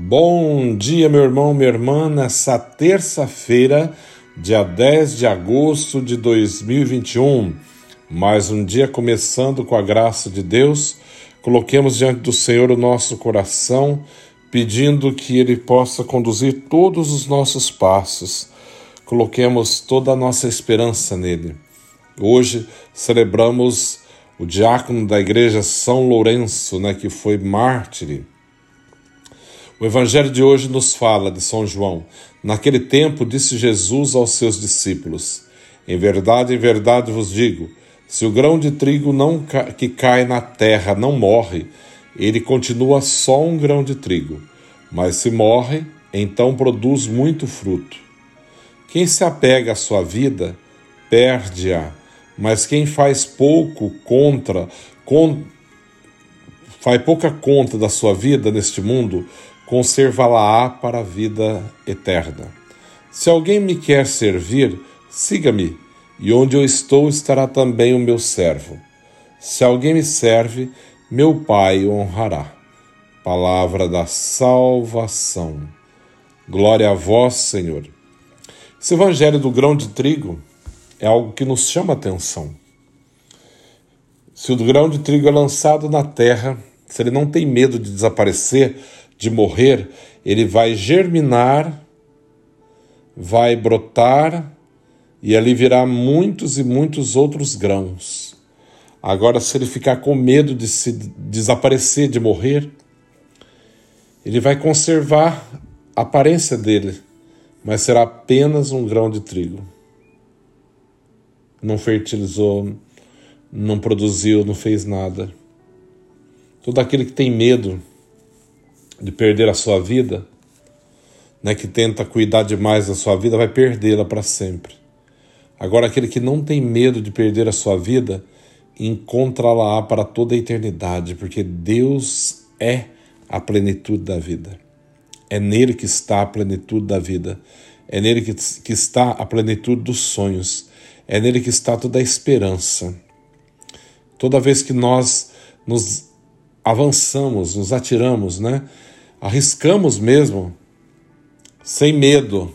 Bom dia, meu irmão, minha irmã, nessa terça-feira, dia 10 de agosto de 2021. Mais um dia começando com a graça de Deus. Coloquemos diante do Senhor o nosso coração, pedindo que Ele possa conduzir todos os nossos passos. Coloquemos toda a nossa esperança nele. Hoje celebramos o diácono da igreja São Lourenço, que foi mártir. O evangelho de hoje nos fala de São João. Naquele tempo disse Jesus aos seus discípulos: em verdade vos digo, se o grão de trigo que cai na terra não morre, ele continua só um grão de trigo. Mas se morre, então produz muito fruto. Quem se apega à sua vida, perde-a. Mas quem faz pouca conta da sua vida neste mundo, conservá-la-á para a vida eterna. Se alguém me quer servir, siga-me, e onde eu estou estará também o meu servo. Se alguém me serve, meu Pai o honrará. Palavra da salvação. Glória a vós, Senhor. Esse evangelho do grão de trigo é algo que nos chama a atenção. Se o grão de trigo é lançado na terra, se ele não tem medo de desaparecer, de morrer, ele vai germinar, vai brotar e ali virá muitos e muitos outros grãos. Agora, se ele ficar com medo de se desaparecer, de morrer, ele vai conservar a aparência dele, mas será apenas um grão de trigo. Não fertilizou, não produziu, não fez nada. Todo aquele que tem medo de perder a sua vida, que tenta cuidar demais da sua vida, vai perdê-la para sempre. Agora, aquele que não tem medo de perder a sua vida, encontra-la para toda a eternidade, porque Deus é a plenitude da vida. É nele que está a plenitude da vida. É nele que está a plenitude dos sonhos. É nele que está toda a esperança. Toda vez que nós nos avançamos, nos atiramos, arriscamos mesmo, sem medo,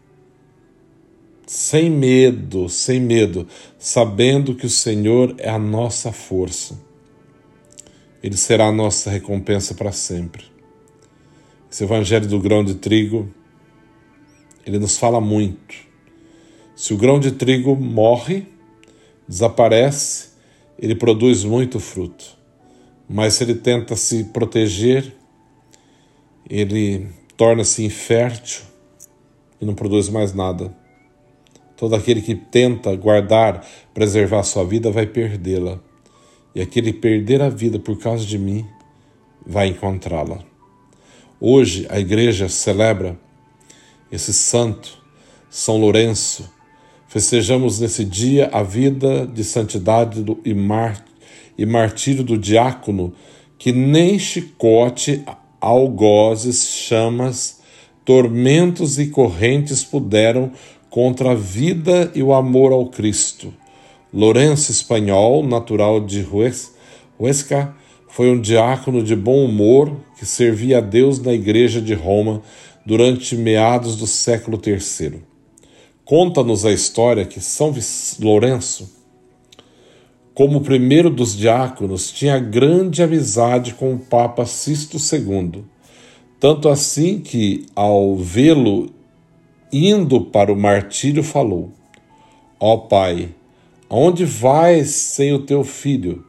sabendo que o Senhor é a nossa força. Ele será a nossa recompensa para sempre. Esse evangelho do grão de trigo, ele nos fala muito. Se o grão de trigo morre, desaparece, ele produz muito fruto. Mas se ele tenta se proteger, ele torna-se infértil e não produz mais nada. Todo aquele que tenta guardar, preservar a sua vida, vai perdê-la. E aquele que perder a vida por causa de mim, vai encontrá-la. Hoje a igreja celebra esse santo, São Lourenço. Festejamos nesse dia a vida de santidade e martírio do diácono, que nem chicote, algozes, chamas, tormentos e correntes puderam contra a vida e o amor ao Cristo. Lourenço espanhol, natural de Huesca, foi um diácono de bom humor que servia a Deus na igreja de Roma durante meados do século III. Conta-nos a história que São Lourenço, como o primeiro dos diáconos, tinha grande amizade com o Papa Sisto II, tanto assim que, ao vê-lo indo para o martírio, falou: ó Pai, aonde vais sem o teu filho?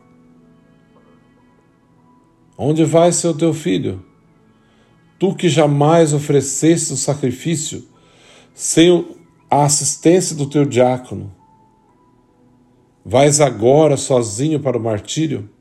Onde vais sem o teu filho? Tu que jamais ofereceste o sacrifício, sem a assistência do teu diácono, vais agora sozinho para o martírio?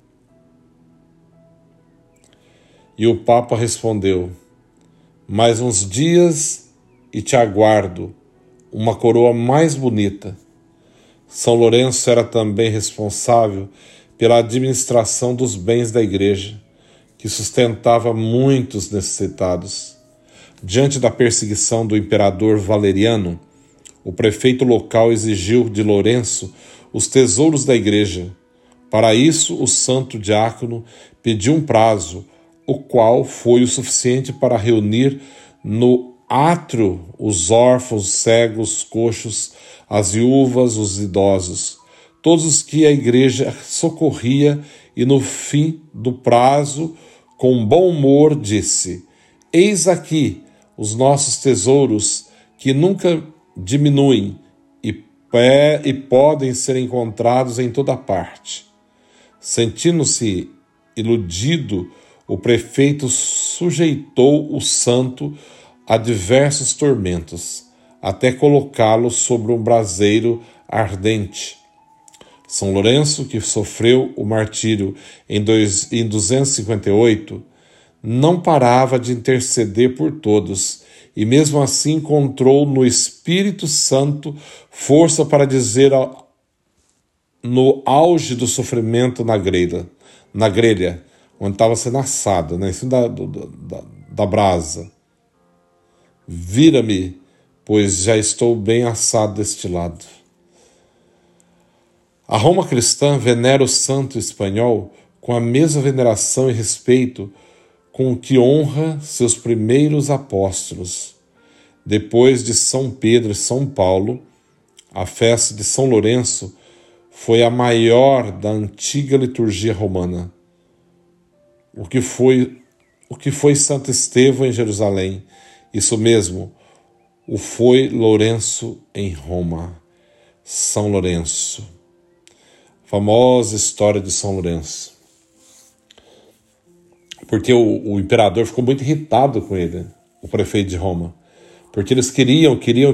E o Papa respondeu: mais uns dias e te aguardo uma coroa mais bonita. São Lourenço era também responsável pela administração dos bens da igreja, que sustentava muitos necessitados. Diante da perseguição do imperador Valeriano, o prefeito local exigiu de Lourenço os tesouros da igreja. Para isso, o santo diácono pediu um prazo o qual foi o suficiente para reunir no átrio os órfãos, os cegos, os coxos, as viúvas, os idosos, todos os que a igreja socorria, e no fim do prazo, com bom humor, disse: eis aqui os nossos tesouros, que nunca diminuem e podem ser encontrados em toda parte. Sentindo-se iludido, o prefeito sujeitou o santo a diversos tormentos, até colocá-lo sobre um braseiro ardente. São Lourenço, que sofreu o martírio em 258, não parava de interceder por todos, e mesmo assim encontrou no Espírito Santo força para dizer no auge do sofrimento na grelha, onde estava sendo assado, em cima da brasa: vira-me, pois já estou bem assado deste lado. A Roma cristã venera o santo espanhol com a mesma veneração e respeito com que honra seus primeiros apóstolos. Depois de São Pedro e São Paulo, a festa de São Lourenço foi a maior da antiga liturgia romana. O que foi Santo Estevão em Jerusalém, isso mesmo, o foi Lourenço em Roma. São Lourenço. Famosa história de São Lourenço. Porque o imperador ficou muito irritado com ele, o prefeito de Roma. Porque eles queriam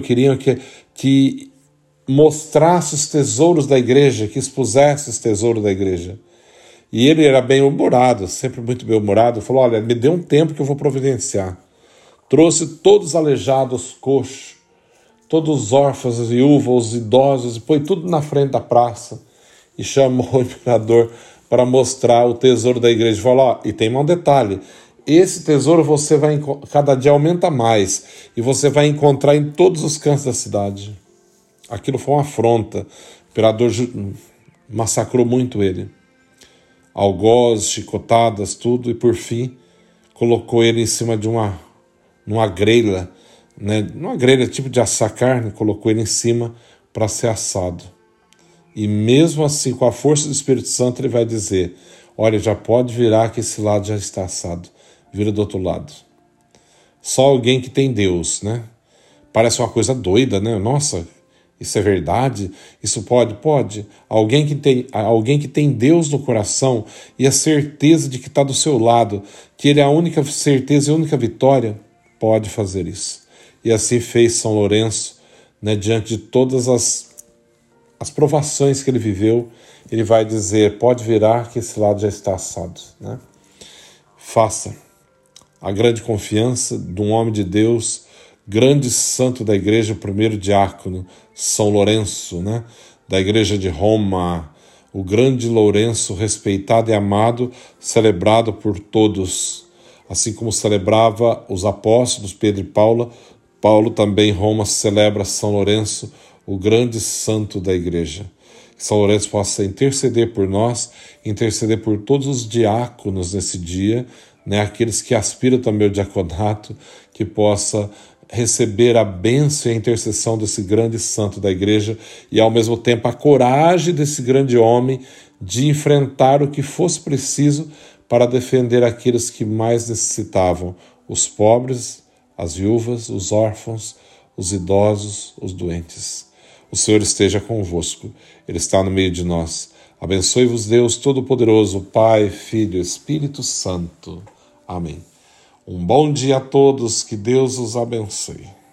que mostrasse os tesouros da igreja, que expusesse os tesouros da igreja. E ele era bem-humorado, sempre muito bem-humorado, falou: olha, me dê um tempo que eu vou providenciar. Trouxe todos os aleijados, coxos, todos os órfãos, as viúvas, os idosos, e pôs tudo na frente da praça. E chamou o imperador para mostrar o tesouro da igreja. Falou: ó, e tem um detalhe, esse tesouro você vai, cada dia aumenta mais, e você vai encontrar em todos os cantos da cidade. Aquilo foi uma afronta. O imperador massacrou muito ele. Algozes, chicotadas, tudo, e por fim colocou ele em cima de numa grelha, numa grelha tipo de assar carne, colocou ele em cima para ser assado. E mesmo assim, com a força do Espírito Santo, ele vai dizer: olha, já pode virar que esse lado já está assado. Vira do outro lado. Só alguém que tem Deus, né? Parece uma coisa doida, né? Nossa, isso é verdade? Isso pode? Pode. Alguém que tem Deus no coração e a certeza de que está do seu lado, que Ele é a única certeza e a única vitória, pode fazer isso. E assim fez São Lourenço, né? Diante de todas as provações que ele viveu, ele vai dizer: pode virar que esse lado já está assado, né? Faça a grande confiança de um homem de Deus, grande santo da igreja, o primeiro diácono, São Lourenço, né? Da igreja de Roma, o grande Lourenço, respeitado e amado, celebrado por todos, assim como celebrava os apóstolos Pedro e Paulo também em Roma celebra São Lourenço, o grande santo da igreja. Que São Lourenço possa interceder por nós, interceder por todos os diáconos nesse dia, né? Aqueles que aspiram também ao diaconato, que possa receber a bênção e a intercessão desse grande santo da igreja e, ao mesmo tempo, a coragem desse grande homem de enfrentar o que fosse preciso para defender aqueles que mais necessitavam: os pobres, as viúvas, os órfãos, os idosos, os doentes. O Senhor esteja convosco, Ele está no meio de nós. Abençoe-vos Deus Todo-Poderoso, Pai, Filho e Espírito Santo. Amém. Um bom dia a todos, que Deus os abençoe.